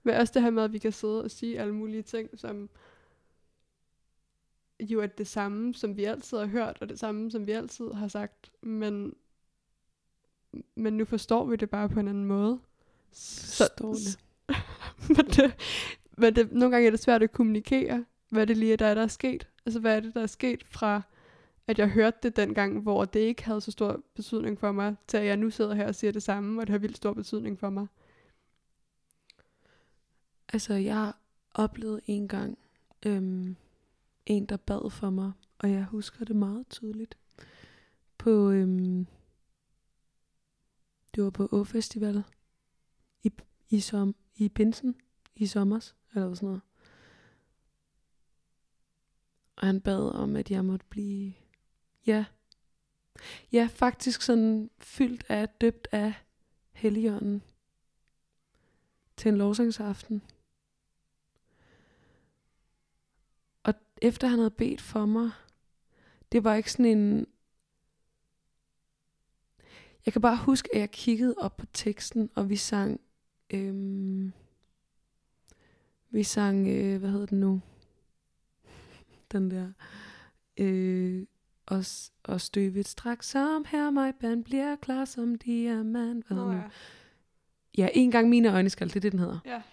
Men også det her med, at vi kan sidde og sige alle mulige ting, som jo er det samme, som vi altid har hørt, og det samme, som vi altid har sagt, men nu forstår vi det bare på en anden måde. Forstår det. men nogle gange er det svært at kommunikere, hvad det lige er, der er sket. Altså, hvad er det, der er sket fra, at jeg hørte det dengang, hvor det ikke havde så stor betydning for mig, til at jeg nu sidder her og siger det samme, og det har vildt stor betydning for mig. Altså, jeg oplevede en gang en, der bad for mig, og jeg husker det meget tydeligt. Det var på Å-festival i Pinsen i sommers, eller sådan noget. Og han bad om, at jeg måtte blive, ja, faktisk sådan fyldt af, døbt af Helligånden til en lovsangsaften. Og efter han havde bedt for mig, det var ikke sådan en... Jeg kan bare huske, at jeg kiggede op på teksten, og vi sang, hvad hedder den nu? Den der, og støvet straks som her, mig band bliver klar som diamant. Hvad hedder den nu? Ja, en gang mine øjne skal, det er det, den hedder. Ja.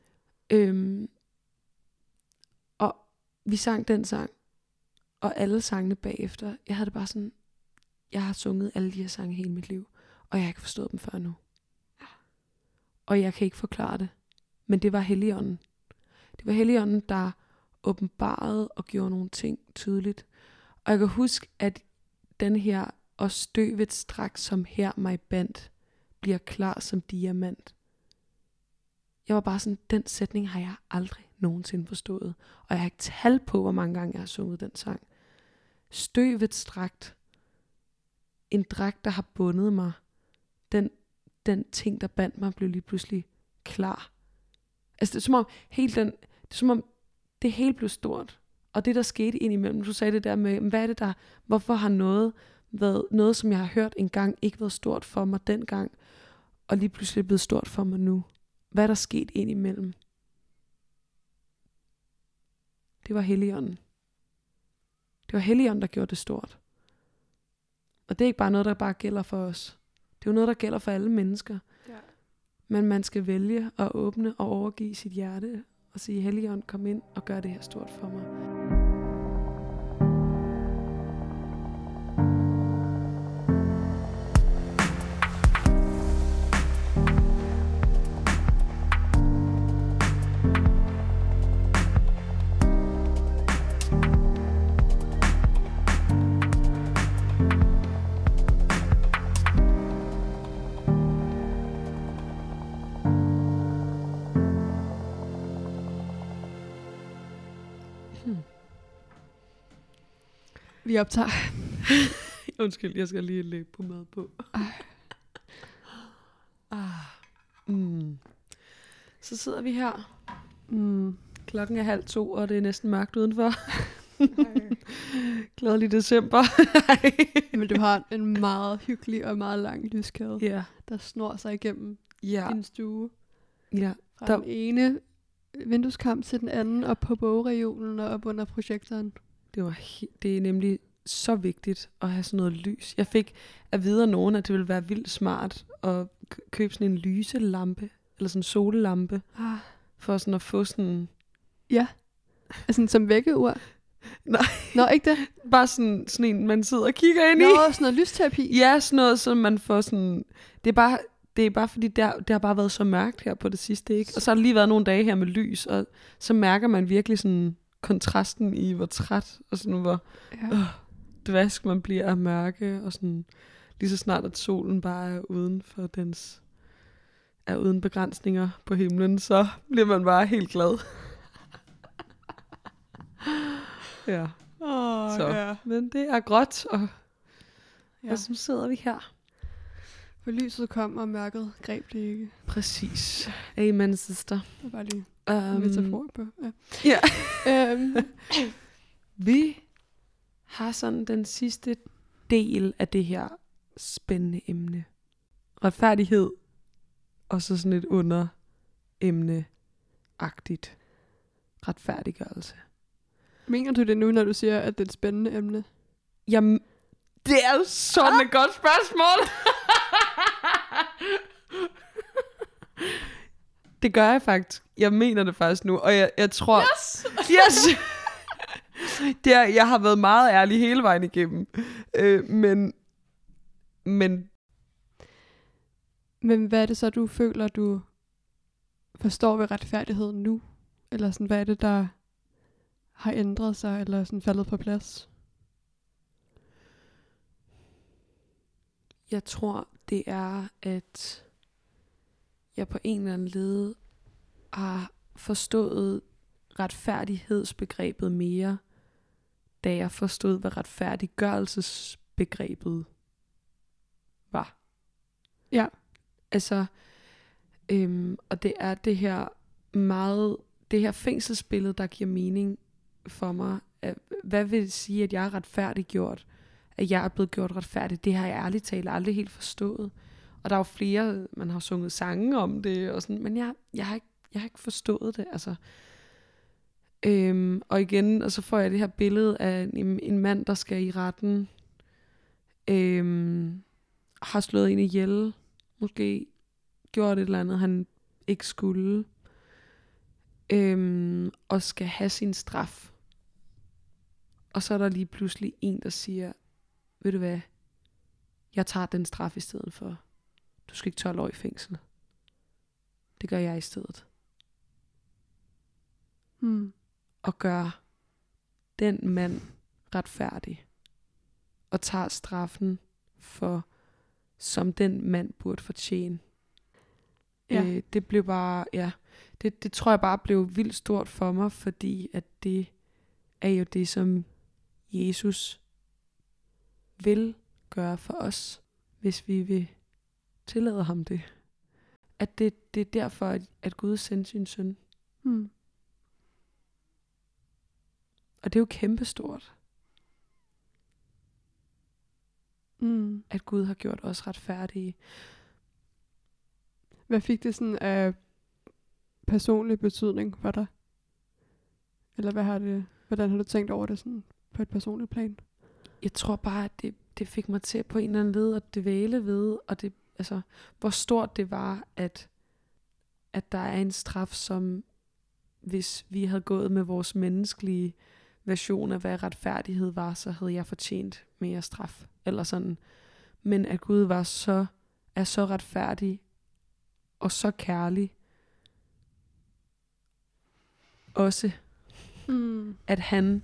Og vi sang den sang, og alle sangene bagefter, jeg havde det bare sådan, jeg har sunget alle de her sange hele mit liv, og jeg har ikke forstået dem før nu. Og jeg kan ikke forklare det, men det var Helligånden. Det var Helligånden, der åbenbarede og gjorde nogle ting tydeligt. Og jeg kan huske, at den her, og støvet straks som her mig bandt, bliver klar som diamant. Jeg var bare sådan, den sætning har jeg aldrig nogensinde forstået. Og jeg har ikke tal på, hvor mange gange jeg har sunget den sang. Støvet strakt. En dragt, der har bundet mig. Den ting, der bandt mig, blev lige pludselig klar. Altså det er som om det hele blev stort. Og det der skete indimellem, du sagde det der med, hvad er det der, hvorfor har noget, som jeg har hørt engang, ikke været stort for mig dengang, og lige pludselig blevet stort for mig nu. Hvad er der sket indimellem? Det var Helligånden. Det var Helligånden, der gjorde det stort. Og det er ikke bare noget, der bare gælder for os. Det er jo noget, der gælder for alle mennesker. Ja. Men man skal vælge at åbne og overgive sit hjerte og sige, Helligånd, kom ind og gør det her stort for mig. Vi optager. Undskyld, jeg skal lige lægge på mad på. Så sidder vi her. Klokken er 1:30, og det er næsten mørkt udenfor. Glædelig december. Men du har en meget hyggelig og meget lang lyskæde, Ja. der snor sig igennem Ja. din stue. Ja. Fra den ene vindueskamp til den anden, og på bogreolen og op under projektoren. Det er nemlig så vigtigt at have sådan noget lys. Jeg fik at vide af nogen, at det ville være vildt smart at købe sådan en lyselampe, eller sådan en sollampe, for sådan at få sådan... Ja, altså som vækkeur. Nej. Nå, ikke det? Bare sådan en, man sidder og kigger ind i. Nå, sådan noget lysterapi. Ja, sådan noget, så man får sådan... Det er bare fordi, det har bare været så mørkt her på det sidste, ikke? Og så har der lige været nogle dage her med lys, og så mærker man virkelig sådan kontrasten i, hvor træt, og sådan hvor dvask man bliver af mørke, og sådan lige så snart, at solen bare er uden begrænsninger på himlen, så bliver man bare helt glad. Ja. Så. Ja. Men det er gråt, og så sidder vi her. For lyset kom, og mørket greb det ikke. Præcis. Amen, sister. Det var bare lige en metafor på. Ja. Ja. Vi har sådan den sidste del af det her spændende emne. Retfærdighed. Og så sådan et underemne. agtigt retfærdiggørelse. Mener du det nu, når du siger, at det er et spændende emne? Jamen, det er sådan et godt spørgsmål. Det gør jeg faktisk. Jeg mener det faktisk nu, og jeg tror... Yes! Jeg har været meget ærlig hele vejen igennem. Men hvad er det så, du føler, du forstår ved retfærdigheden nu? Eller sådan, hvad er det, der har ændret sig, eller sådan faldet på plads? jeg tror, det er, at jeg på en eller anden led har forstået retfærdighedsbegrebet mere, da jeg forstod, hvad retfærdiggørelsesbegrebet var. Ja. Altså, og det er det her fængselsbillede, der giver mening for mig. Hvad vil det sige, at jeg er retfærdiggjort? At jeg er blevet gjort retfærdig? Det har jeg ærligt talt aldrig helt forstået. Og der er jo flere, man har sunget sange om det, og sådan, men jeg har ikke forstået det. Altså. Og igen, og så får jeg det her billede af en mand, der skal i retten, har slået en ihjel, måske gjort et eller andet, han ikke skulle, og skal have sin straf. Og så er der lige pludselig en, der siger, ved du hvad, jeg tager den straf i stedet for. Du skal ikke 12 år i fængsel. Det gør jeg i stedet. Og gør den mand retfærdig. Og tager straffen for, som den mand burde fortjene. Ja. Det blev bare, det tror jeg bare blev vildt stort for mig, fordi at det er jo det, som Jesus vil gøre for os, hvis vi vil tillade ham det. At det er derfor, at Gud sendte sin søn. Og det er jo kæmpestort. At Gud har gjort os retfærdige. Hvad fik det sådan af personlig betydning for dig? Eller hvordan har du tænkt over det sådan på et personligt plan? Jeg tror bare, at det fik mig til på en eller anden led at dvæle ved, og det, altså, hvor stort det var, at der er en straf, som hvis vi havde gået med vores menneskelige version af, hvad retfærdighed var, så havde jeg fortjent mere straf. Eller sådan. Men at Gud er så retfærdig og så kærlig. Også at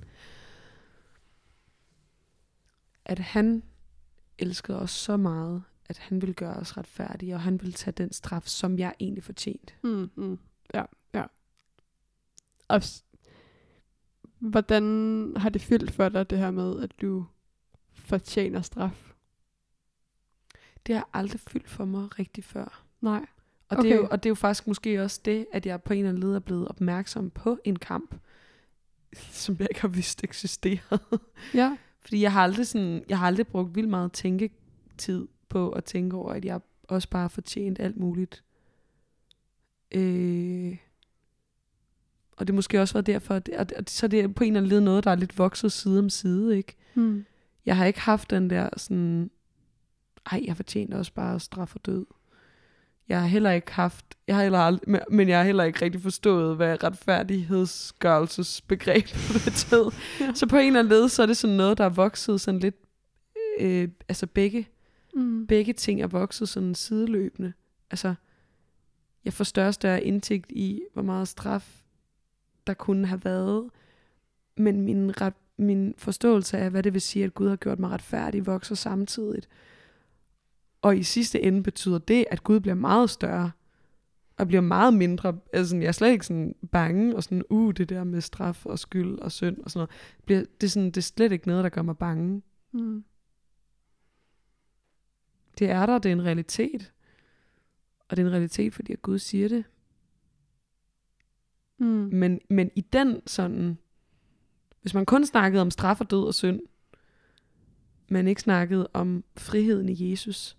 han elskede os så meget, at han ville gøre os retfærdige, og han ville tage den straf, som jeg egentlig fortjente. Ja. Og hvordan har det fyldt for dig, det her med, at du fortjener straf? Det har aldrig fyldt for mig rigtig før. Nej. Og, okay. det er jo faktisk måske også det, at jeg på en eller anden led er blevet opmærksom på en kamp, som jeg ikke har vidst eksisterede. Ja. Fordi jeg har aldrig brugt vildt meget tænketid på at tænke over, at jeg også bare har fortjent alt muligt. Og det måske også var derfor, så det er på en eller anden led noget, der er lidt vokset side om side, ikke? Jeg har ikke haft den der sådan, jeg fortjener også bare straf og død. Jeg har heller ikke men jeg har heller ikke rigtig forstået, hvad retfærdighedsgørelsesbegreb betød. Ja. Så på en eller anden led, så er det sådan noget, der er vokset sådan lidt, altså begge ting er vokset sådan sideløbende. Altså, jeg får større indsigt i, hvor meget straf der kunne have været, men min forståelse af, hvad det vil sige, at Gud har gjort mig retfærdig, vokser samtidigt. Og i sidste ende betyder det, at Gud bliver meget større, og bliver meget mindre. Altså, jeg er slet ikke sådan bange, og sådan, det der med straf og skyld og synd og sådan noget. Det er slet ikke noget, der gør mig bange. Det er der, det er en realitet. Og det er en realitet, fordi at Gud siger det. Men i den sådan, hvis man kun snakkede om straf og død og synd, men ikke snakkede om friheden i Jesus,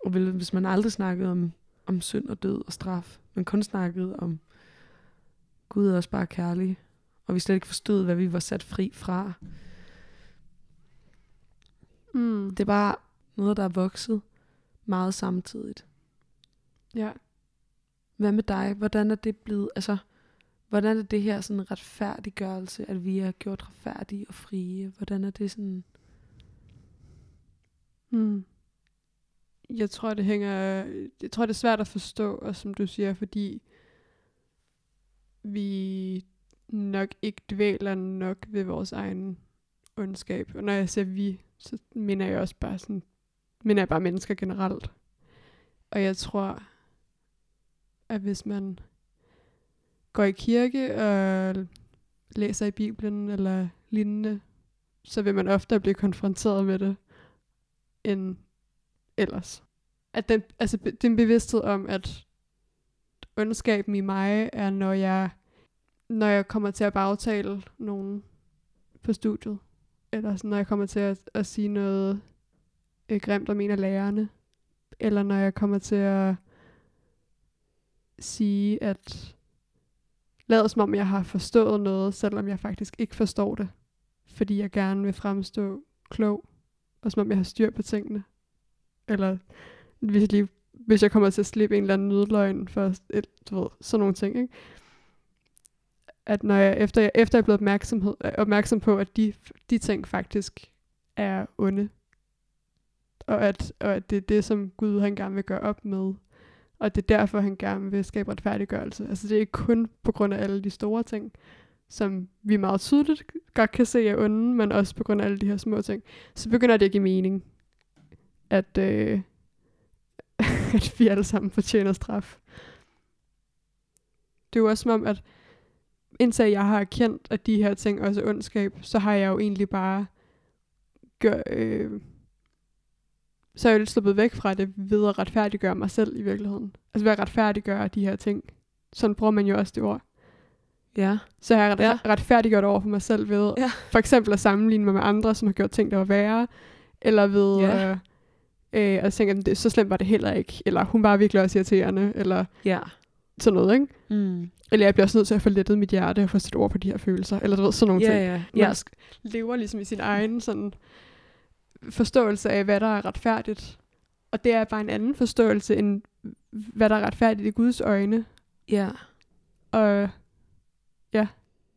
Og hvis man aldrig snakkede om synd og død og straf, men kun snakkede om Gud er også bare kærlig, og vi slet ikke forstod, hvad vi var sat fri fra. Det er bare noget, der er vokset meget samtidigt. Ja. Hvad med dig? Hvordan er det blevet, altså, hvordan er det her sådan en retfærdiggørelse, at vi er gjort retfærdige og frie? Hvordan er det sådan? Jeg tror, det er svært at forstå, og som du siger, fordi vi nok ikke dvæler nok ved vores egen ondskab. Og når jeg siger vi, så mener jeg også bare mennesker generelt. Og jeg tror, at hvis man går i kirke og læser i Bibelen eller lignende, så vil man ofte blive konfronteret med det end ellers. At det er en bevidsthed om, at ondskaben i mig er, når jeg kommer til at bagtale nogen på studiet, eller sådan, når jeg kommer til at sige noget grimt om en af lærerne, eller når jeg kommer til at sige, at lad som om jeg har forstået noget, selvom jeg faktisk ikke forstår det, fordi jeg gerne vil fremstå klog, og som om jeg har styr på tingene. Eller hvis jeg kommer til at slippe en eller anden nødløgn for sådan nogle ting, ikke? At når jeg efter jeg er blevet opmærksom på, at de ting faktisk er onde, og at det er det, som Gud han gerne vil gøre op med, og det er derfor, han gerne vil skabe retfærdiggørelse. Altså det er ikke kun på grund af alle de store ting, som vi meget tydeligt godt kan se er onde, men også på grund af alle de her små ting. Så begynder det at give mening, at vi alle sammen fortjener straf. Det er jo også som om, at indtil jeg har erkendt, at de her ting også er ondskab, så har jeg jo egentlig bare så er jeg lidt sluppet væk fra det ved at retfærdiggøre mig selv i virkeligheden. Altså ved at retfærdiggøre de her ting. Sådan bruger man jo også det ord. Ja. Så har jeg retfærdiggjort over for mig selv ved for eksempel at sammenligne mig med andre, som har gjort ting, der var værre. Eller ved at tænke, at så slemt var det heller ikke. Eller hun var virkelig også irriterende. Eller sådan noget, ikke? Eller jeg bliver også nødt til at få lettet mit hjerte og få sat ord på de her følelser. Eller du ved, sådan nogle ting. Man lever ligesom i sin egen sådan forståelse af, hvad der er retfærdigt. Og det er bare en anden forståelse, end hvad der er retfærdigt i Guds øjne. Ja. Og ja.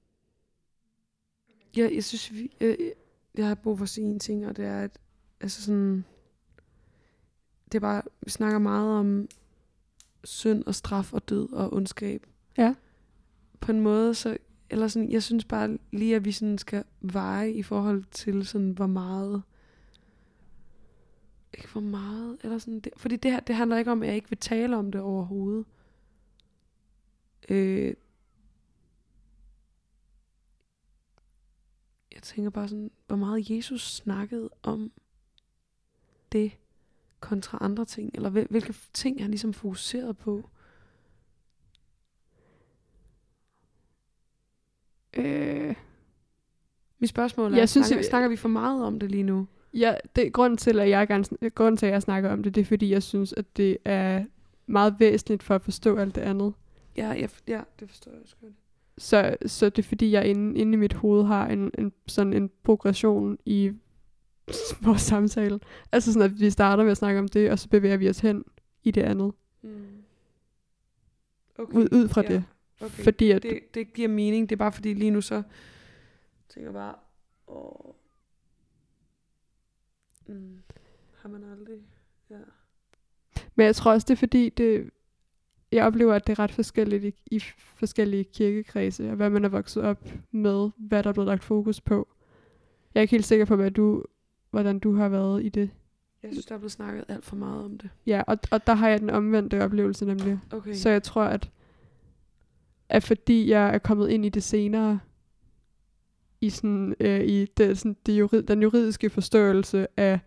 Ja, jeg synes, jeg har brug for at sige en ting, og det er, at altså sådan, det er bare, vi snakker meget om synd og straf og død og ondskab. Ja. På en måde, så, eller sådan, jeg synes bare lige, at vi sådan skal veje i forhold til sådan, hvor meget, eller sådan, fordi det her, det handler ikke om, at jeg ikke vil tale om det overhovedet. Jeg tænker bare sådan, hvor meget Jesus snakkede om det kontra andre ting, eller hvilke ting han ligesom fokuserede på. Mit spørgsmål er, snakker vi for meget om det lige nu? Ja, grunden til, at jeg snakker om det, det er, fordi jeg synes, at det er meget væsentligt for at forstå alt det andet. Ja, det forstår jeg også godt. Så det er, fordi jeg inde i mit hoved har en progression i vores samtale. Altså sådan, at vi starter med at snakke om det, og så bevæger vi os hen i det andet. Okay. Ud fra det. Okay. Fordi at det giver mening. Det er bare fordi lige nu så tænker jeg bare, har man aldrig. Ja. Men jeg tror også, det er fordi, jeg oplever, at det er ret forskelligt i forskellige kirkekredse, og hvad man er vokset op med, hvad der er blevet lagt fokus på. Jeg er ikke helt sikker på, hvordan du har været i det. Jeg synes, der er blevet snakket alt for meget om det. Ja, og der har jeg den omvendte oplevelse nemlig. Okay. Så jeg tror, at fordi jeg er kommet ind i det senere, i sådan, den juridiske forståelse af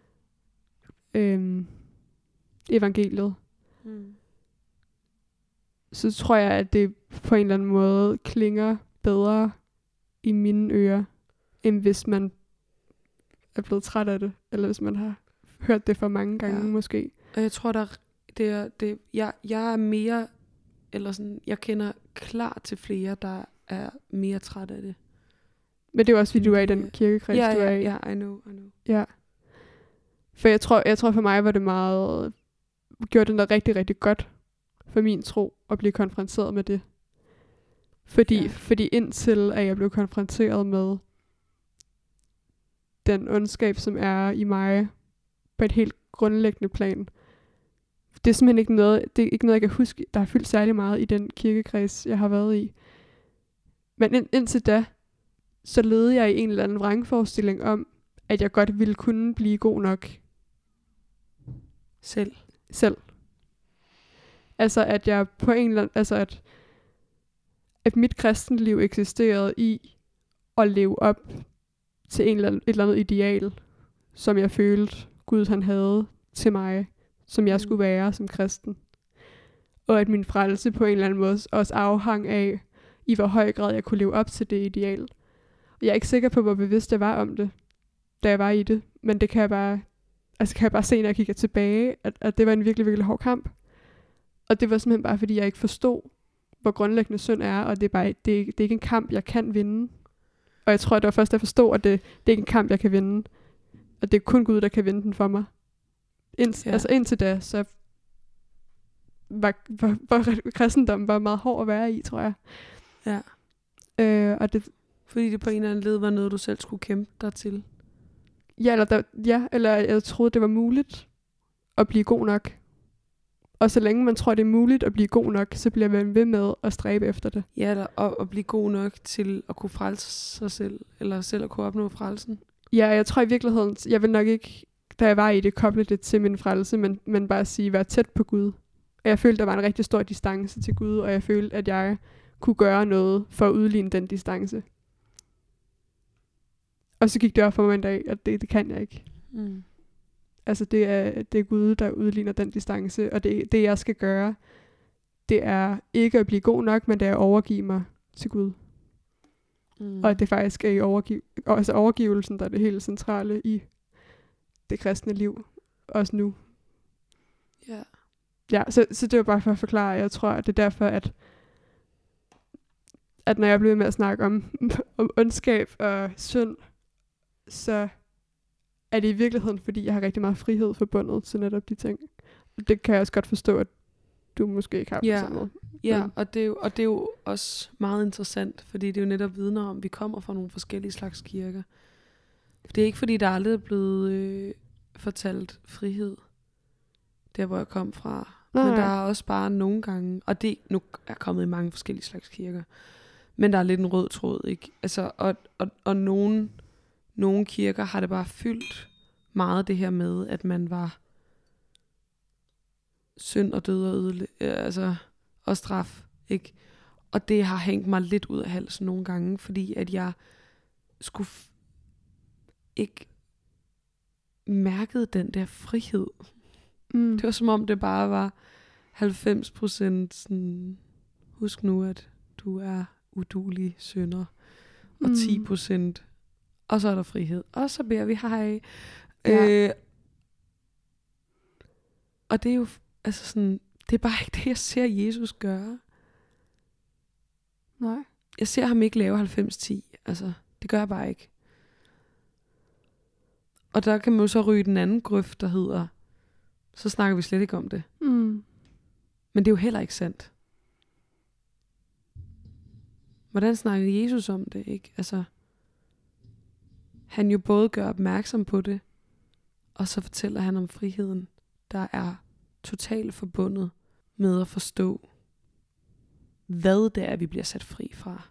evangeliet, så tror jeg, at det på en eller anden måde klinger bedre i mine ører, end hvis man er blevet træt af det, eller hvis man har hørt det for mange gange måske. Og jeg tror, jeg er mere, eller sådan, jeg kender klar til flere, der er mere træt af det. Men det er jo også, fordi du er i den kirkekreds, du er i. Ja, I know. Ja. For jeg tror for mig var det meget, gjorde det noget rigtig, rigtig godt for min tro at blive konfronteret med det. Fordi indtil at jeg blev konfronteret med den ondskab, som er i mig på et helt grundlæggende plan. Det er simpelthen ikke noget, jeg kan huske, der har fyldt særlig meget i den kirkekreds, jeg har været i. Men indtil da, så levede jeg i en eller anden vrangforestilling om, at jeg godt ville kunne blive god nok. Selv. Altså, at jeg på en eller anden, altså at mit kristenliv eksisterede i at leve op til et eller andet ideal, som jeg følte, Gud han havde til mig, som jeg skulle være som kristen. Og at min frelse på en eller anden måde også afhang af, i hvor høj grad jeg kunne leve op til det ideal. Jeg er ikke sikker på, hvor bevidst jeg var om det, da jeg var i det. Men det kan jeg bare se, når jeg kigger tilbage, at det var en virkelig, virkelig hård kamp. Og det var simpelthen bare, fordi jeg ikke forstod, hvor grundlæggende synd er, og det er ikke en kamp, jeg kan vinde. Og jeg tror, det var først, jeg forstod, at det er ikke en kamp, jeg kan vinde. Og det er kun Gud, der kan vinde den for mig. Altså indtil da, så var kristendommen bare meget hård at være i, tror jeg. Ja. Og det, fordi det på en eller anden led var noget, du selv skulle kæmpe dig til. Eller jeg troede, det var muligt at blive god nok. Og så længe man tror, det er muligt at blive god nok, så bliver man ved med at stræbe efter det. Ja, og at blive god nok til at kunne frelse sig selv, eller selv at kunne opnå frelsen. Ja, jeg tror i virkeligheden, jeg vil nok ikke, da jeg var i det, koble det til min frelse, men bare sige, være tæt på Gud. Og jeg følte, der var en rigtig stor distance til Gud, og jeg følte, at jeg kunne gøre noget for at udligne den distance. Og så gik det op for mig en dag, at det kan jeg ikke. Mm. Altså det er Gud, der udligner den distance, og det jeg skal gøre, det er ikke at blive god nok, men det er at overgive mig til Gud. Mm. Og det faktisk er overgivelsen, der er det helt centrale i det kristne liv, også nu. Ja. Ja, så det var bare for at forklare, jeg tror, at det er derfor, at når jeg blev med at snakke om ondskab og synd, så er det i virkeligheden, fordi jeg har rigtig meget frihed forbundet til netop de ting. Det kan jeg også godt forstå, at du måske ikke har på samme måde. Ja, og det er jo også meget interessant, fordi det er jo netop vidner om, at vi kommer fra nogle forskellige slags kirker. Det er ikke fordi, der aldrig er blevet fortalt frihed, der hvor jeg kom fra. Nej. Men der er også bare nogle gange, og det nu er kommet i mange forskellige slags kirker, men der er lidt en rød tråd, ikke? Altså, og nogle kirker har det bare fyldt meget det her med, at man var synd og død og og straf, ikke? Og det har hængt mig lidt ud af halsen nogle gange, fordi at jeg skulle ikke mærkede den der frihed. Det var som om det bare var 90% sådan, husk nu, at du er uduelig synder, og 10%, og så er der frihed, og så beder vi hej. Ja. Og det er jo, altså sådan, det er bare ikke det, jeg ser Jesus gøre. Nej. Jeg ser ham ikke lave 90-10, altså, det gør jeg bare ikke. Og der kan man jo så ryge den anden grøft, der hedder, så snakker vi slet ikke om det. Men det er jo heller ikke sandt. Hvordan snakker Jesus om det, ikke? Altså, han jo både gør opmærksom på det, og så fortæller han om friheden, der er totalt forbundet med at forstå, hvad det er, vi bliver sat fri fra.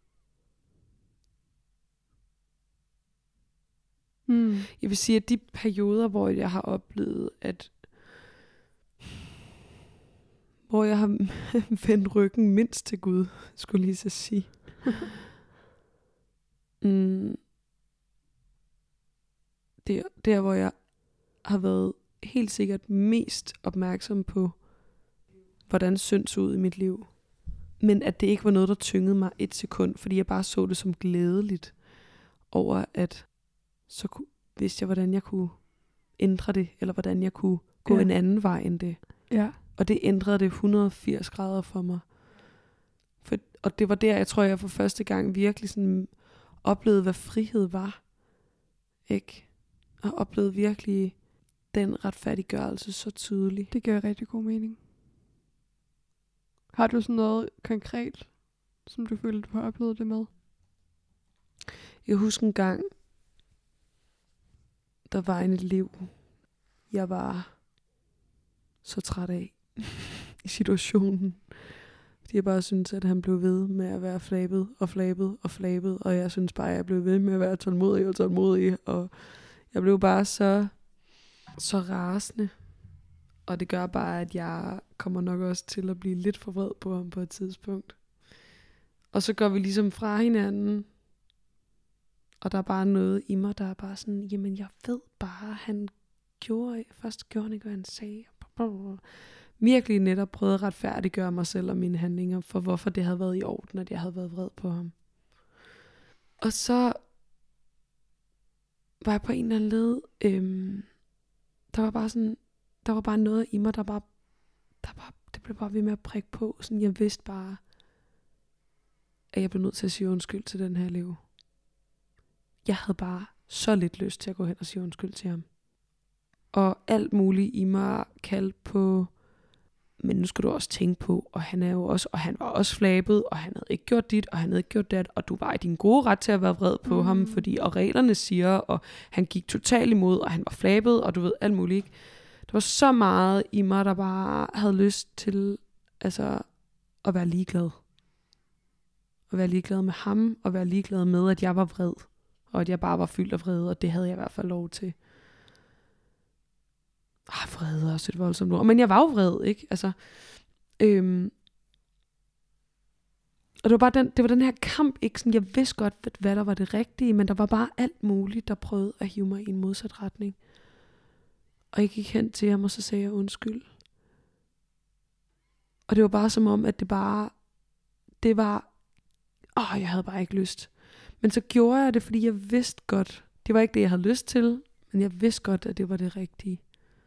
Jeg vil sige, at de perioder, hvor jeg har oplevet, hvor jeg har vendt ryggen mindst til Gud, skulle lige så sige. Det er der, hvor jeg har været helt sikkert mest opmærksom på, hvordan synd så ud i mit liv. Men at det ikke var noget, der tyngede mig et sekund, fordi jeg bare så det som glædeligt over, at så vidste jeg, hvordan jeg kunne ændre det, eller hvordan jeg kunne gå en anden vej end det. Ja. Og det ændrede det 180 grader for mig. Og det var der, jeg tror, jeg for første gang virkelig sådan oplevede, hvad frihed var. Ikke? Og oplevede virkelig den retfærdiggørelse så tydeligt. Det giver rigtig god mening. Har du sådan noget konkret, som du føler, du har oplevet det med? Jeg husker en gang, der var en liv, jeg var så træt af i situationen. Fordi jeg bare synes, at han blev ved med at være flabet og flabet og flabet. Og jeg synes bare, at jeg blev ved med at være tålmodig og tålmodig. Og jeg blev bare så rasende. Og det gør bare, at jeg kommer nok også til at blive lidt for vred på ham på et tidspunkt. Og så går vi ligesom fra hinanden. Og der er bare noget i mig, der er bare sådan, jamen jeg ved bare, han gjorde han ikke, hvad han sagde. Virkelig netop prøvet at retfærdiggøre mig selv og mine handlinger, for hvorfor det havde været i orden, at jeg havde været vred på ham. Og så var jeg på en eller anden led, der var bare noget i mig, det blev bare ved med at prikke på, sådan jeg vidste bare, at jeg blev nødt til at sige undskyld til den her elev. Jeg havde bare så lidt lyst til at gå hen og sige undskyld til ham. Og alt muligt i mig kaldte på, men nu skal du også tænke på, og han var også flabet, og han havde ikke gjort dit, og han havde ikke gjort det, og du var i din gode ret til at være vred på ham, fordi, og reglerne siger, og han gik totalt imod, og han var flabet, og du ved, alt muligt. Der var så meget i mig, der bare havde lyst til, altså, at være ligeglad. At være ligeglad med ham, og være ligeglad med, at jeg var vred, og at jeg bare var fyldt af vrede, og det havde jeg i hvert fald lov til. Vrede er også et voldsomt ord. Men jeg var jo vred, ikke? Altså, og det var bare den her kamp, ikke? Sådan, jeg vidste godt, hvad der var det rigtige, men der var bare alt muligt, der prøvede at hive mig i en modsat retning. Og jeg gik hen til ham, og så sagde jeg undskyld. Og det var bare som om, at jeg havde bare ikke lyst. Men så gjorde jeg det, fordi jeg vidste godt, det var ikke det, jeg havde lyst til, men jeg vidste godt, at det var det rigtige.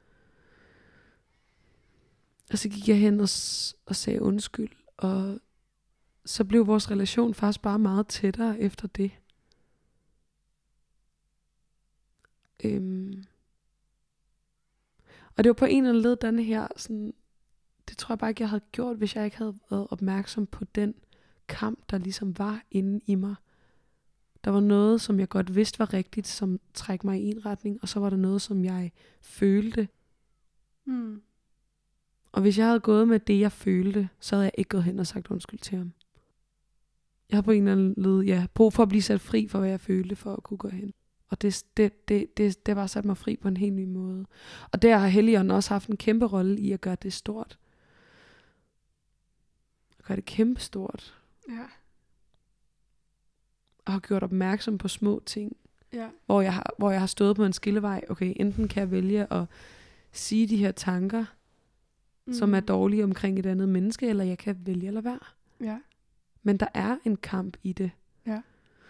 Og så gik jeg hen og sagde undskyld, og så blev vores relation faktisk bare meget tættere efter det. Og det var på en eller anden led, den her, sådan, det tror jeg bare ikke, jeg havde gjort, hvis jeg ikke havde været opmærksom på den kamp, der ligesom var inde i mig. Der var noget, som jeg godt vidste var rigtigt, som trækker mig i en retning, og så var der noget, som jeg følte. Og hvis jeg havde gået med det, jeg følte, så havde jeg ikke gået hen og sagt undskyld til ham. Jeg havde på en eller anden led, brug for at blive sat fri for, hvad jeg følte, for at kunne gå hen. Og det var sat mig fri på en helt ny måde. Og der har Helligånden også haft en kæmpe rolle i at gøre det stort. At gøre det kæmpe stort. Ja. Og har gjort opmærksom på små ting. Ja. Hvor jeg har stået på en skillevej. Okay, enten kan jeg vælge at sige de her tanker, som er dårlige omkring et andet menneske, eller jeg kan vælge at lade være. Ja. Men der er en kamp i det. Ja.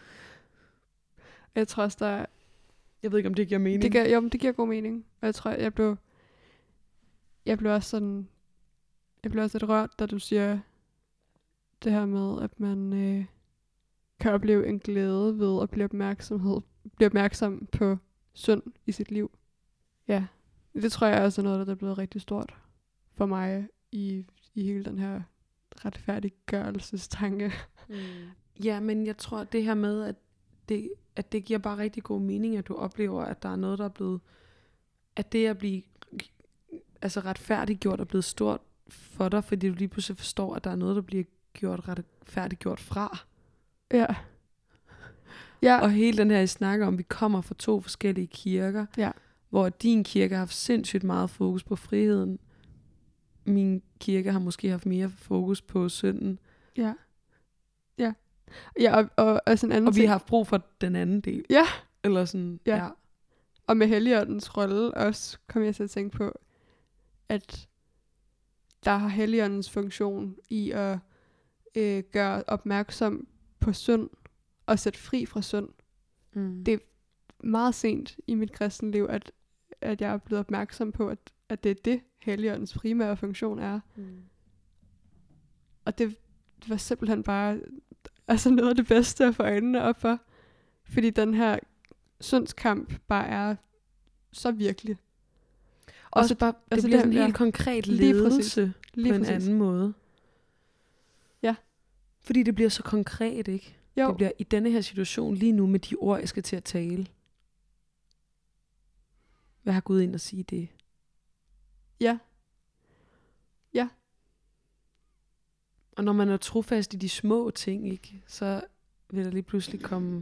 Jeg tror også, jeg ved ikke, om det giver mening. Det giver god mening. Og jeg tror, jeg blev også sådan, jeg blev også lidt rørt, da du siger det her med, at man kan opleve en glæde ved at blive opmærksom på synd i sit liv. Ja, det tror jeg også er noget, der er blevet rigtig stort for mig i hele den her retfærdiggørelsestanke. Ja, men jeg tror det her med, at det giver bare rigtig god mening, at du oplever, at der er noget, der er blevet, at det at blive retfærdiggjort er blevet stort for dig, fordi du lige pludselig forstår, at der er noget, der bliver gjort retfærdiggjort fra. Ja. Ja. Og hele den her snak om, vi kommer fra 2 forskellige kirker, hvor din kirke har haft sindssygt meget fokus på friheden. Min kirke har måske haft mere fokus på synden. Ja. Ja. Ja, og sådan anden og vi har haft brug for den anden del. Ja. Eller sådan, ja. Og med Helligåndens rolle også, kom jeg til at tænke på, at der har Helligåndens funktion i at gøre opmærksom på synd, og sætte fri fra synd. Det er meget sent i mit kristenliv, at jeg er blevet opmærksom på, at det er det, Helligåndens primære funktion er. Og det var simpelthen bare altså noget af det bedste at få øjnene op for. Fordi den her syndskamp bare er så virkelig. Også bare, det altså bliver det, sådan en helt konkret ledelse lige på en anden måde. Ja. Fordi det bliver så konkret, ikke? Jo. Det bliver i denne her situation lige nu med de ord, jeg skal til at tale. Hvad har Gud ind at sige det? Ja. Ja. Og når man er trofast i de små ting, ikke, så vil der lige pludselig komme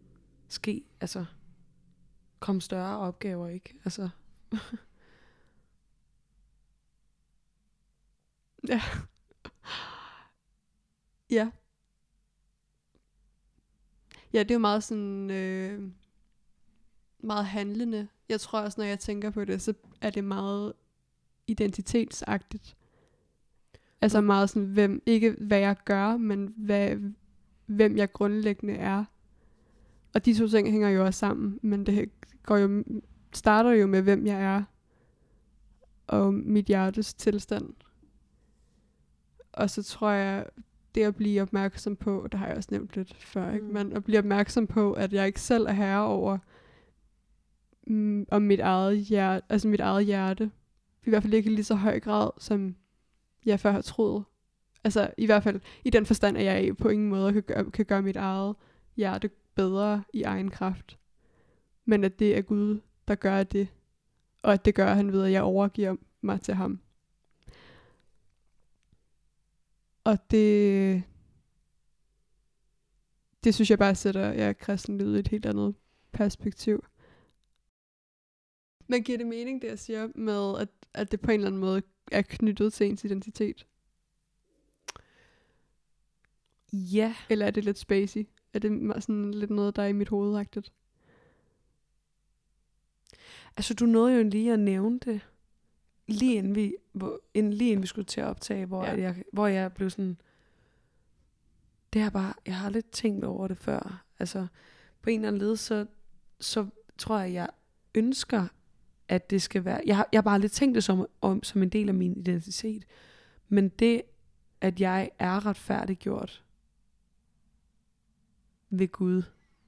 større opgaver, ikke? Altså. Ja. Ja. Ja, det er jo meget sådan meget handlende. Jeg tror også, når jeg tænker på det, så er det meget identitetsagtigt. Altså meget sådan, ikke hvad jeg gør, men hvem jeg grundlæggende er. Og de to ting hænger jo også sammen, men det starter jo med, hvem jeg er, og mit hjertes tilstand. Og så tror jeg, det at blive opmærksom på, det har jeg også nævnt lidt før, ikke? Men at blive opmærksom på, at jeg ikke selv er herre over om mit eget hjerte. I hvert fald ikke i lige så høj grad, som jeg før har troet. Altså i hvert fald i den forstand, at jeg på ingen måde kan gøre mit eget hjerte bedre i egen kraft. Men at det er Gud, der gør det. Og at det gør han ved, at jeg overgiver mig til ham. Og det synes jeg bare sætter kristenlivet i et helt andet perspektiv. Men giver det mening, det jeg siger, med at det på en eller anden måde er knyttet til ens identitet? Ja. Eller er det lidt spacey? Er det sådan lidt noget, der er i mit hovedagtigt? Altså, du nåede jo lige at nævne det, lige inden vi skulle til at optage, hvor jeg blev sådan, det er bare, jeg har lidt tænkt over det før. Altså, på en eller anden led, så tror jeg ønsker, at det skal være, jeg har bare lidt tænkt det som en del af min identitet. Men det, at jeg er retfærdiggjort ved Gud,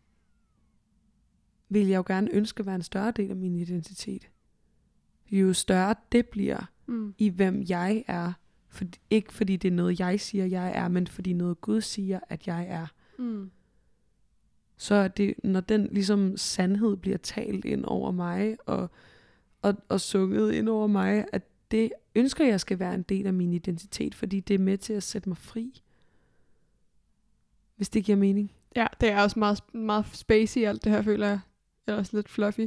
vil jeg jo gerne ønske at være en større del af min identitet. Jo større det bliver i hvem jeg er, ikke fordi det er noget jeg siger jeg er, men fordi noget Gud siger at jeg er. Så er det, når den ligesom sandhed bliver talt ind over mig og sunget ind over mig, at det ønsker jeg skal være en del af min identitet, fordi det er med til at sætte mig fri. Hvis det giver mening. Ja, det er også meget, meget spacey alt det her, føler jeg. Eller også lidt fluffy.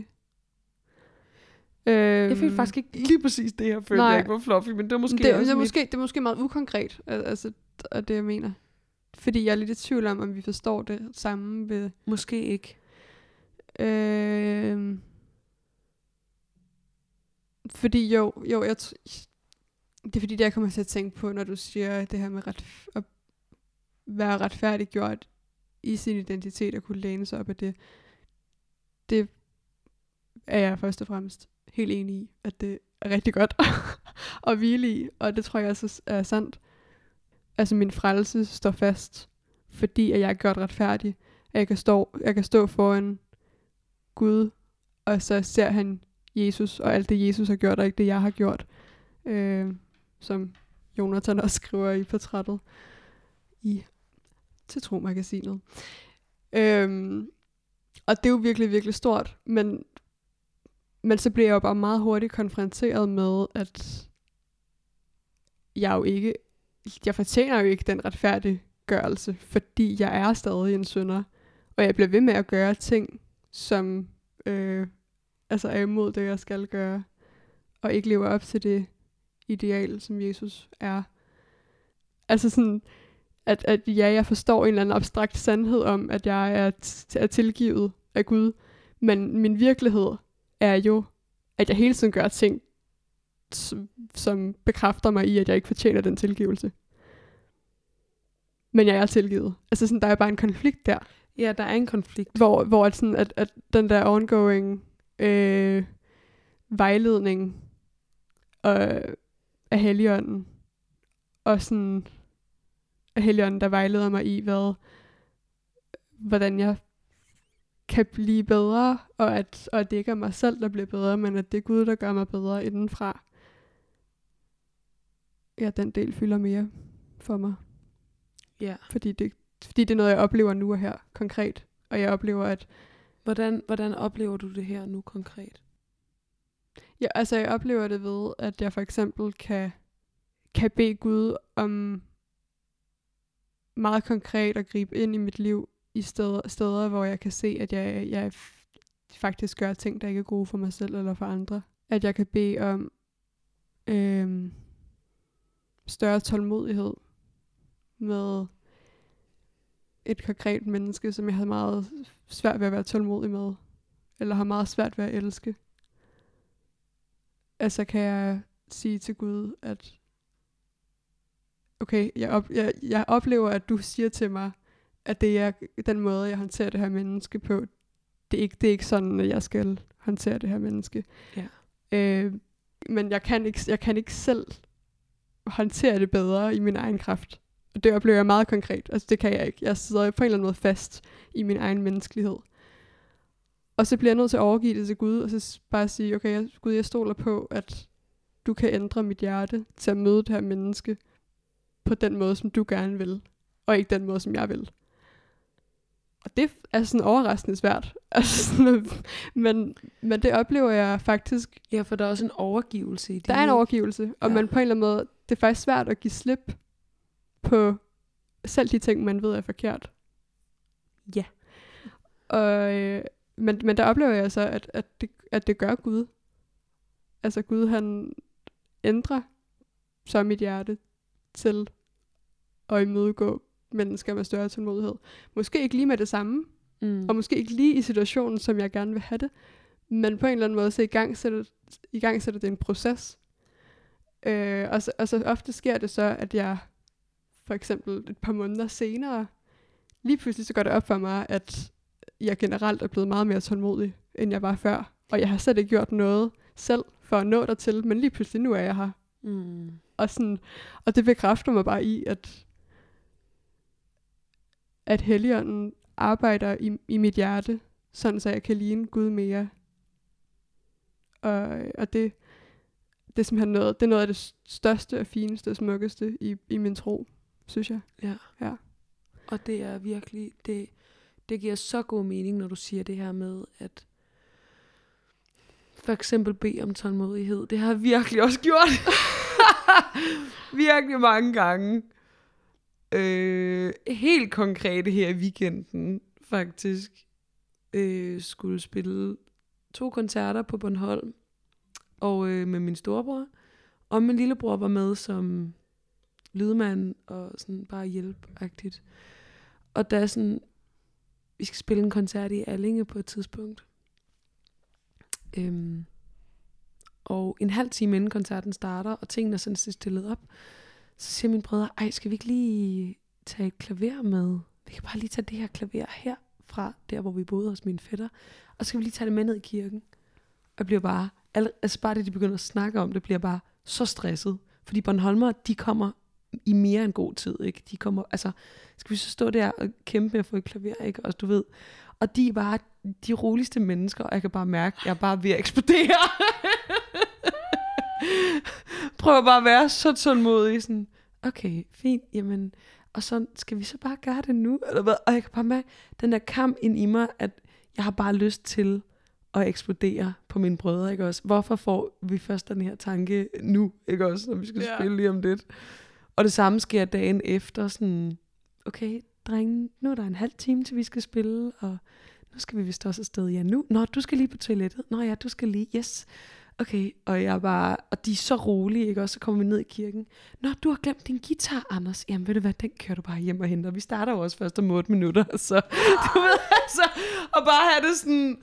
Jeg følte faktisk ikke lige præcis det her, følte jeg ikke var fluffy, men det var måske det er måske meget ukonkret, altså det jeg mener. Fordi jeg er lidt i tvivl om vi forstår det samme ved... Måske ikke. Fordi det er fordi, det jeg kommer til at tænke på, når du siger det her med at være retfærdiggjort i sin identitet og kunne læne sig op af det. Det er jeg først og fremmest helt enig i, at det er rigtig godt at hvile i, og det tror jeg også er sandt. Altså min frelse står fast, fordi at jeg er gjort retfærdig. At jeg kan stå foran Gud, og så ser han Jesus, og alt det Jesus har gjort, og ikke det jeg har gjort. Som Jonathan også skriver i portrættet i Citron-magasinet. Og det er jo virkelig, virkelig stort, men så bliver jeg jo bare meget hurtigt konfronteret med, at jeg fortjener jo ikke den retfærdiggørelse, fordi jeg er stadig en synder, og jeg bliver ved med at gøre ting, som er imod det, jeg skal gøre, og ikke lever op til det ideal, som Jesus er. Altså sådan, at jeg forstår en eller anden abstrakt sandhed om, at jeg er tilgivet af Gud, men min virkelighed er jo, at jeg hele tiden gør ting, som bekræfter mig i, at jeg ikke fortjener den tilgivelse. Men jeg er tilgivet. Altså sådan, der er bare en konflikt der. Ja, der er en konflikt. Hvor at den der ongoing vejledning af Helligånden. Og sådan af Helligånden, der vejleder mig i, hvordan jeg kan blive bedre, og at det ikke er mig selv, der bliver bedre, men at det er Gud, der gør mig bedre indenfra. Ja, den del fylder mere for mig. Ja. Fordi det er noget, jeg oplever nu og her konkret. Og jeg oplever, at... Hvordan oplever du det her nu konkret? Ja, altså jeg oplever det ved, at jeg for eksempel kan bede Gud om meget konkret at gribe ind i mit liv i steder hvor jeg kan se, at jeg faktisk gør ting, der ikke er gode for mig selv eller for andre. At jeg kan bede om større tålmodighed med et konkret menneske, som jeg havde meget svært ved at være tålmodig med, eller har meget svært ved at elske. Altså kan jeg sige til Gud, at okay, jeg oplever, at du siger til mig, at det er den måde, jeg håndterer det her menneske på. Det er ikke sådan, at jeg skal håndtere det her menneske. Ja. Men jeg kan ikke selv håndtere det bedre i min egen kraft. Og det oplever jeg meget konkret. Altså det kan jeg ikke. Jeg sidder på en eller anden måde fast i min egen menneskelighed. Og så bliver jeg nødt til at overgive det til Gud, og så bare sige, okay, Gud, jeg stoler på, at du kan ændre mit hjerte til at møde det her menneske på den måde, som du gerne vil, og ikke den måde, som jeg vil. Og det er sådan overraskende svært. Altså, men det oplever jeg faktisk. Ja, for der er også en overgivelse i det. Der er en overgivelse, og man på en eller anden måde, det er faktisk svært at give slip på selv de ting, man ved er forkert. Ja. Men der oplever jeg så, at det gør Gud. Altså Gud, han ændrer så mit hjerte til at imødegå mennesker med større tålmodighed. Måske ikke lige med det samme, og måske ikke lige i situationen, som jeg gerne vil have det, men på en eller anden måde, så igangsætter det en proces. Og så ofte sker det så, at jeg for eksempel et par måneder senere, lige pludselig så går det op for mig, at jeg generelt er blevet meget mere tålmodig, end jeg var før. Og jeg har slet ikke gjort noget selv for at nå dertil, men lige pludselig nu er jeg her. Og det bekræfter mig bare i, at Helligånden arbejder i mit hjerte, sådan så jeg kan ligne Gud mere. Og det er simpelthen noget af det største og fineste og smukkeste i min tro, synes jeg. Ja. Og det er virkelig, det giver så god mening, når du siger det her med, at for eksempel bede om tålmodighed. Det har jeg virkelig også gjort. Virkelig mange gange. Helt konkret her i weekenden, faktisk, skulle spille 2 koncerter på Bornholm, og med min storebror, og min lillebror var med som lydmand, og sådan bare hjælpagtigt. Og der er sådan, vi skal spille en koncert i Allinge på et tidspunkt. Og en halv time inden koncerten starter, og tingene er sådan stillet op, så siger min brødre, ej, skal vi ikke lige tage et klaver med? Vi kan bare lige tage det her klaver her, fra der, hvor vi boede hos mine fætter, og så skal vi lige tage det med ned i kirken. Og jeg bliver bare, bare det, de begynder at snakke om, det bliver bare så stresset. Fordi Bornholmer, de kommer i mere end god tid, ikke? De kommer, altså, skal vi så stå der og kæmpe med at få et klaver, ikke? Og du ved, og de er bare de roligste mennesker, og jeg kan bare mærke, at jeg er bare ved at eksplodere. Prøver bare at være så tålmodig, sådan, okay, fint, jamen, og så skal vi så bare gøre det nu, eller hvad? Og jeg kan bare mærke den der kamp ind i mig, at jeg har bare lyst til at eksplodere på mine brødre, ikke også? Hvorfor får vi først den her tanke nu, ikke også, når vi skal spille lige om lidt? Og det samme sker dagen efter, sådan, okay, drenge, nu er der en halv time, til vi skal spille, og nu skal vi vist også afsted, ja nu, nå, du skal lige på toilettet, nå ja, du skal lige, yes, okay, og jeg bare, og de er så rolige, ikke også, så kommer vi ned i kirken, nå, du har glemt din guitar, Anders, jamen ved du hvad, den kører du bare hjem og henter, vi starter jo også først om 8 minutter, så, du ved, altså, og bare have det sådan,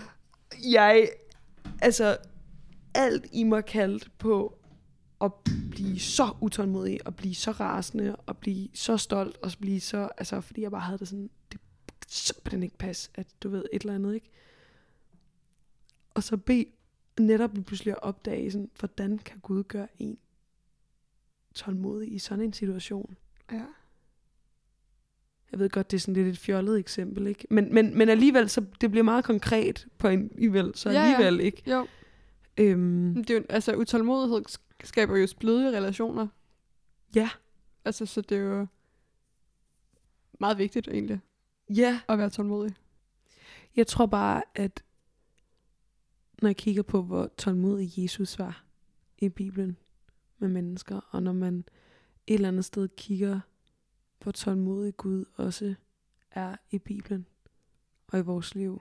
alt i mig kaldt på at blive så utålmodig, og blive så rasende, og blive så stolt, og blive så, altså, fordi jeg bare havde det sådan, det simpelthen ikke passe, at du ved, et eller andet, ikke? Og så bede netop pludselig at opdage, sådan, hvordan kan Gud gøre en tålmodig i sådan en situation. Ja. Jeg ved godt, det er sådan lidt et fjollet eksempel, ikke? Men alligevel, så det bliver meget konkret på alligevel, så alligevel ikke. Jo. Det er jo, altså utålmodighed skaber jo bløde relationer. Ja. Altså, så det er jo meget vigtigt egentlig. Ja. At være tålmodig. Jeg tror bare, at når jeg kigger på, hvor tålmodig Jesus var i Bibelen med mennesker, og når man et eller andet sted kigger, hvor tålmodig Gud også er i Bibelen og i vores liv,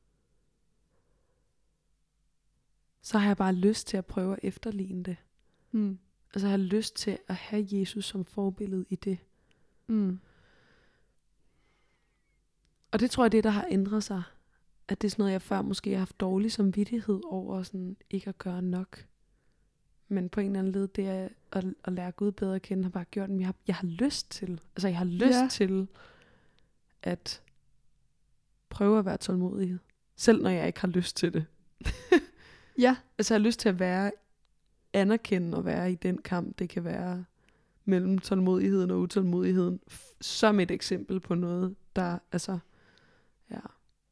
så har jeg bare lyst til at prøve at efterligne det. Altså jeg har lyst til at have Jesus som forbillede i det. Og det tror jeg, det der har ændret sig. At det er sådan noget, jeg før måske har haft dårlig samvittighed over, sådan ikke at gøre nok. Men på en eller anden led, det er at lære Gud bedre at kende, har bare gjort, at jeg har lyst til. Altså jeg har lyst til at prøve at være tålmodig. Selv når jeg ikke har lyst til det. Ja. Altså jeg har lyst til at være anerkende og være i den kamp, det kan være mellem tålmodigheden og utålmodigheden. Som et eksempel på noget, der altså, ja.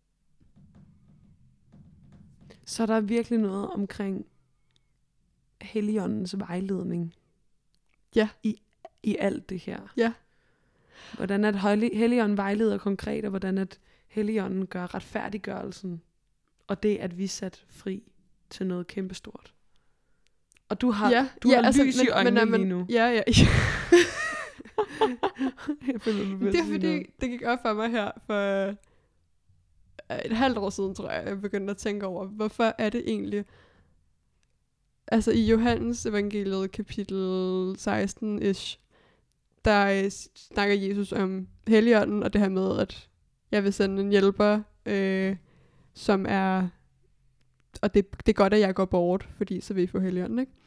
Så der er virkelig noget omkring Helligåndens vejledning. Ja. I alt det her. Ja. Hvordan at Helligånden vejleder konkret, og hvordan at Helligånden gør retfærdiggørelsen, og det at vi sat fri til noget kæmpestort. Og du har, har lys i øjnene lige nu. Ja. Jeg føler, det er fordi, det gik op for mig her for et halvt år siden, tror jeg begyndte at tænke over, hvorfor er det egentlig, altså i Johannes evangeliet kapitel 16-ish, der snakker Jesus om Helligånden, og det her med, at jeg vil sende en hjælper, som er, og det er godt, at jeg går bort, fordi så vil I få Helligånden, ikke?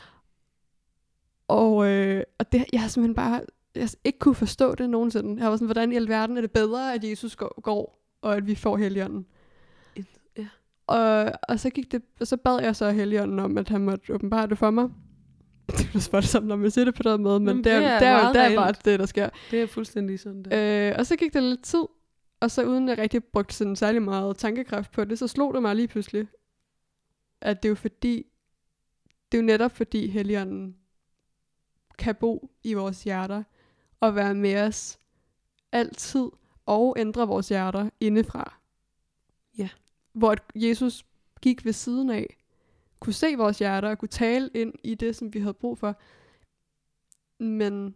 Og det, jeg har simpelthen bare, jeg ikke kunne forstå det nogensinde. Jeg var sådan, hvordan i alverden er det bedre, at Jesus går, og at vi får Helligånden? Ja. Og så gik det, og så bad jeg så Helligånden om, at han måtte åbenbare det for mig. Det er bare det samme, når man siger det på den måde, men det er bare det, der sker. Det er fuldstændig sådan der. Og så gik det lidt tid, og så uden jeg rigtig brugte sådan særlig meget tankekraft på det, så slog det mig lige pludselig, at det er jo netop fordi Helligånden kan bo i vores hjerter, og være med os altid, og ændre vores hjerter indefra. Ja. Hvor at Jesus gik ved siden af, kunne se vores hjerter, og kunne tale ind i det, som vi havde brug for. Men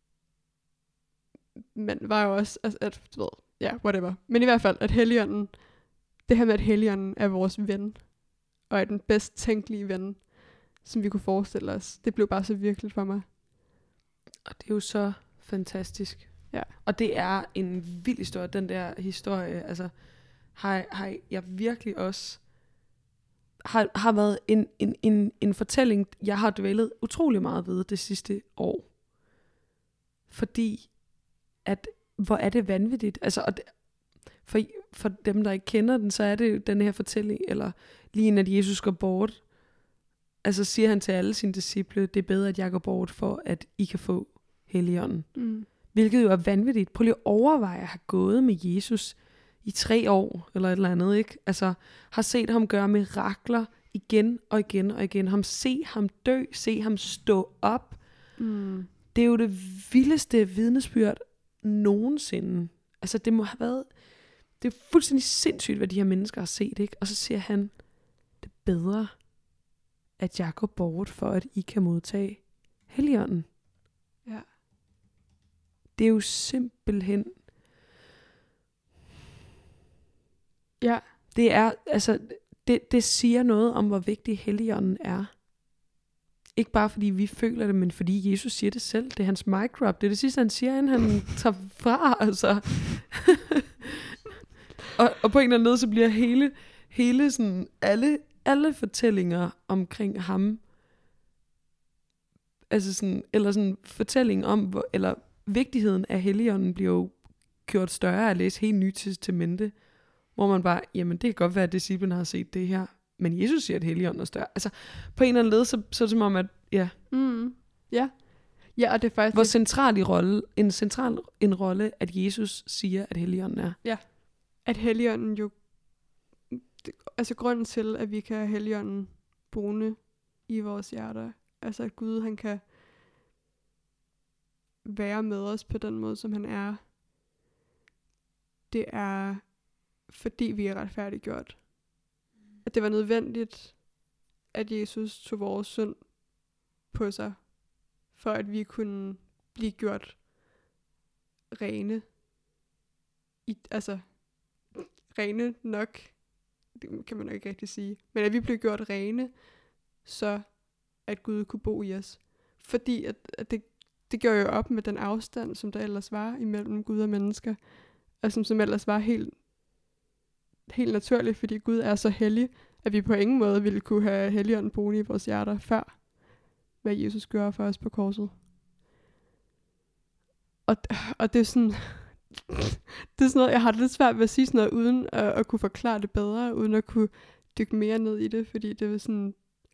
var jo også, at du ved, ja, whatever. Men i hvert fald, at Helligånden, det her med, at Helligånden er vores ven, og er den bedst tænkelige ven, som vi kunne forestille os, det blev bare så virkeligt for mig. Og det er jo så fantastisk. Ja. Og det er en vild historie, den der historie, altså har jeg virkelig også har været en fortælling, jeg har dvælet utrolig meget ved det sidste år. Fordi at hvor er det vanvittigt, altså og det, for dem der ikke kender den, så er det jo den her fortælling, eller lige inden at Jesus går bort, altså siger han til alle sine disciple, det er bedre at jeg går bort, for at I kan få Helligånden. Hvilket jo er vanvittigt. Prøv lige at overveje at have gået med Jesus i 3 år, eller et eller andet, ikke? Altså, har set ham gøre mirakler igen og igen og igen. Se ham dø, se ham stå op. Det er jo det vildeste vidnesbyrd nogensinde. Altså, det må have været, det er fuldstændig sindssygt, hvad de her mennesker har set, ikke? Og så siger han, det er bedre, at jeg går bort, for at I kan modtage Helligånden. Ja. Det er jo simpelthen, ja, det er, altså, det siger noget om, hvor vigtig Helligånden er. Ikke bare fordi vi føler det, men fordi Jesus siger det selv. Det er hans mic drop. Det er det sidste, han siger, inden han tager fra, altså. og på en eller anden måde, så bliver hele sådan, alle fortællinger omkring ham, altså sådan, eller sådan fortælling om, eller vigtigheden af Helligånden bliver jo gjort større at læse helt Nye Testamente, hvor man bare, jamen det kan godt være, at disciplen har set det her, Men Jesus siger, at Helligånden er større. Altså, på en eller anden led, så er det som om, at ja, Ja. Ja, og det er faktisk... hvor central en rolle, at Jesus siger, at Helligånden er. At Helligånden jo... Altså grunden til, at vi kan have Helligånden boende i vores hjerter. Altså at Gud, han kan være med os på den måde, som han er. Det er, fordi vi er retfærdiggjort. At det var nødvendigt, at Jesus tog vores synd på sig, for at vi kunne blive gjort rene. Altså, rene nok, det kan man nok ikke rigtig sige, men at vi blev gjort rene, så at Gud kunne bo i os. Fordi at det gør jo op med den afstand, som der ellers var imellem Gud og mennesker, og som ellers var helt naturligt, fordi Gud er så hellig, at vi på ingen måde ville kunne have Helligånden boende i vores hjerter før, hvad Jesus gjorde for os på korset. Og det er sådan, det er sådan noget, jeg har det lidt svært ved at sige sådan noget, uden at kunne forklare det bedre, uden at kunne dykke mere ned i det, fordi det er sådan,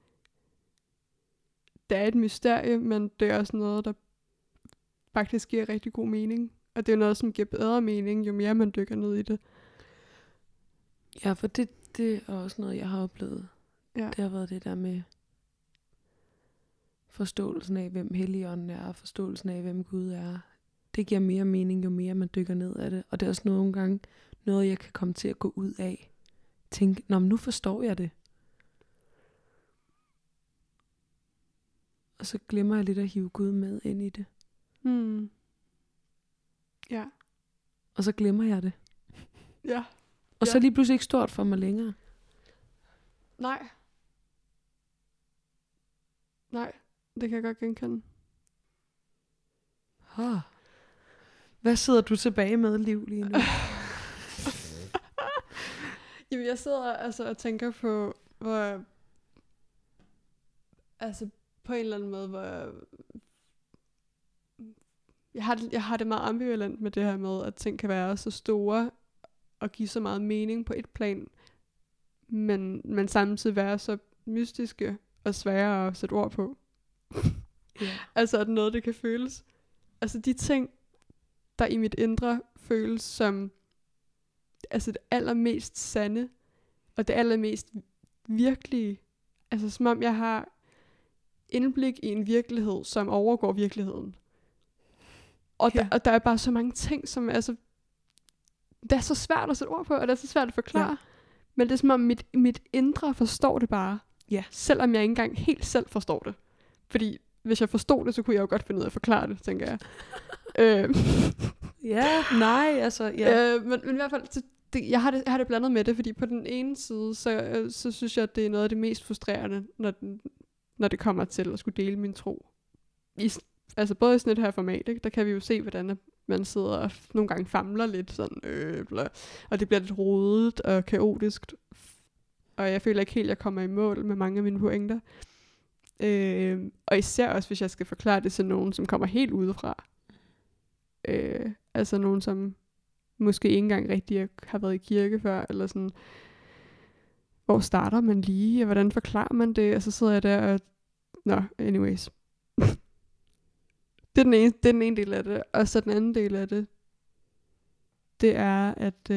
det er et mysterie, men det er også noget, der faktisk giver rigtig god mening. Og det er noget, som giver bedre mening, jo mere man dykker ned i det. Ja, for det er også noget, jeg har oplevet. Ja. Det har været det der med forståelsen af, hvem Helligånden er, og forståelsen af, hvem Gud er. Det giver mere mening, jo mere man dykker ned af det. Og det er også nogle gange noget, jeg kan komme til at gå ud af. Tænke, nå, men nu forstår jeg det. Og så glemmer jeg lidt at hive Gud med ind i det. Ja. Og så glemmer jeg det. Ja. Og så er det lige pludselig ikke stort for mig længere. Nej, det kan jeg godt genkende. Hvad sidder du tilbage med, Liv, lige nu? Jamen, jeg sidder altså og tænker på, hvor... Altså, på en eller anden måde, hvor... Jeg har det meget ambivalent med det her med, at ting kan være så store, og give så meget mening på et plan, men samtidig være så mystiske og svære at sætte ord på. Yeah. Altså, at noget, det kan føles. Altså, de ting, der i mit indre føles som altså det allermest sande, og det allermest virkelige. Altså, som om jeg har indblik i en virkelighed, som overgår virkeligheden. Og, og der er bare så mange ting, som altså, det er så svært at sætte ord på, og det er så svært at forklare. Ja. Men det er som om mit indre forstår det bare. Ja. Selvom jeg ikke engang helt selv forstår det. Fordi hvis jeg forstod det, så kunne jeg jo godt finde ud af at forklare det, tænker jeg. Men i hvert fald, jeg har det blandet med det, fordi på den ene side, så synes jeg, at det er noget af det mest frustrerende, når det kommer til at skulle dele min tro. Altså både i sådan et her format, ikke? Der kan vi jo se, hvordan man sidder og nogle gange famler lidt sådan, og det bliver lidt rodet og kaotisk. Og jeg føler ikke helt, at jeg kommer i mål med mange af mine pointer. Og især også, hvis jeg skal forklare det til nogen, som kommer helt udefra. Altså nogen, som måske ikke engang rigtig har været i kirke før, eller sådan, hvor starter man lige, og hvordan forklarer man det, og så sidder jeg der og, anyways. Det er den ene del af det, og så den anden del af det, det er,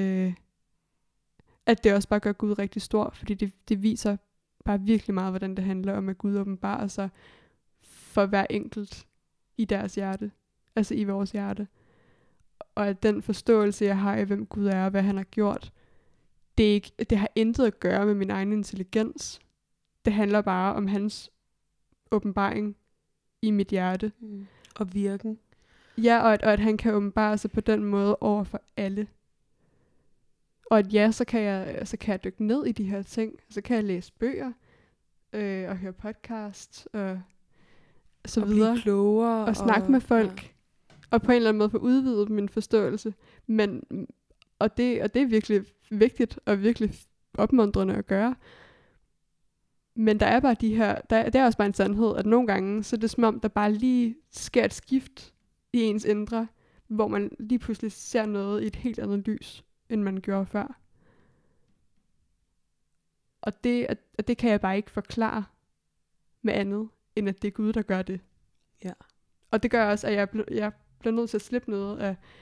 at det også bare gør Gud rigtig stor, fordi det viser bare virkelig meget, hvordan det handler om, at Gud åbenbarer sig for hver enkelt i deres hjerte, altså i vores hjerte. Og at den forståelse, jeg har af, hvem Gud er, og hvad han har gjort, det har intet at gøre med min egen intelligens. Det handler bare om hans åbenbaring i mit hjerte. Og virken. Ja, og at han kan åbenbare sig på den måde over for alle. Og at ja, så kan jeg dykke ned i de her ting. Så kan jeg læse bøger, og høre podcast, og så og videre. Blive klogere. Og snakke med folk. Ja. Og på en eller anden måde få udvidet min forståelse. Og det er virkelig vigtigt, og virkelig opmuntrende at gøre. Men der er bare de her, der er også bare en sandhed, at nogle gange, så er det som om, der bare lige sker et skift i ens indre, hvor man lige pludselig ser noget i et helt andet lys, end man gjorde før. Og det kan jeg bare ikke forklare med andet, end at det er Gud, der gør det. Ja. Og det gør også, at jeg bliver nødt til at slippe noget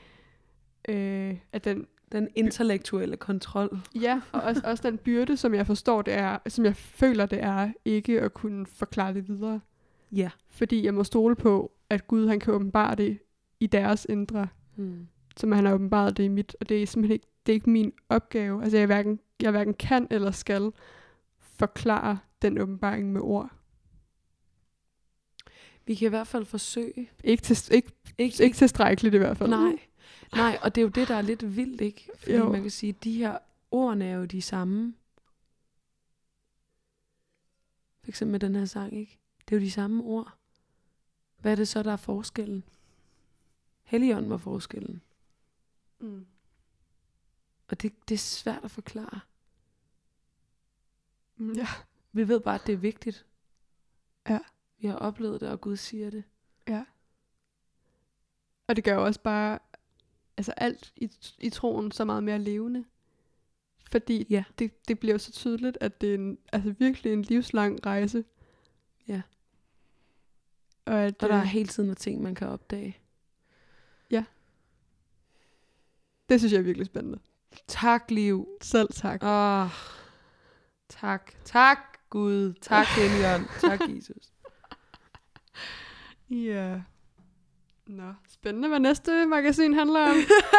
af Den intellektuelle kontrol. Ja, og også den byrde, som jeg forstår det er, som jeg føler det er, ikke at kunne forklare det videre. Ja. Fordi jeg må stole på, at Gud han kan åbenbare det i deres indre, som han har åbenbaret det i mit. Og det er simpelthen ikke, det er ikke min opgave. Altså jeg hverken kan eller skal forklare den åbenbaring med ord. Vi kan i hvert fald forsøge. Ikke tilstrækkeligt i hvert fald. Nej, og det er jo det, der er lidt vildt, ikke? Fordi man kan sige, at de her ordene er jo de samme. For eksempel med den her sang, ikke? Det er jo de samme ord. Hvad er det så, der er forskellen? Helligånden var forskellen. Mm. Og det er svært at forklare. Ja. Vi ved bare, at det er vigtigt. Ja. Vi har oplevet det, og Gud siger det. Ja. Og det gør jo også bare alt i troen så meget mere levende. Fordi det bliver jo så tydeligt, at det er virkelig en livslang rejse. Ja. Og der er hele tiden ting, man kan opdage. Ja. Det synes jeg er virkelig spændende. Tak, Liv. Selv tak. Tak. Tak, Gud. Tak, Helligånd. Tak, Jesus. Ja. Nå, spændende, hvad næste magasin handler om.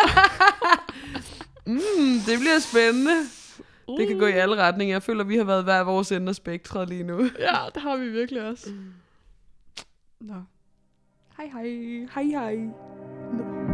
Det bliver spændende. Det kan gå i alle retninger. Jeg føler, vi har været hver vores ende af spektret lige nu. Ja, det har vi virkelig også. Nå. Hej hej. Hej hej.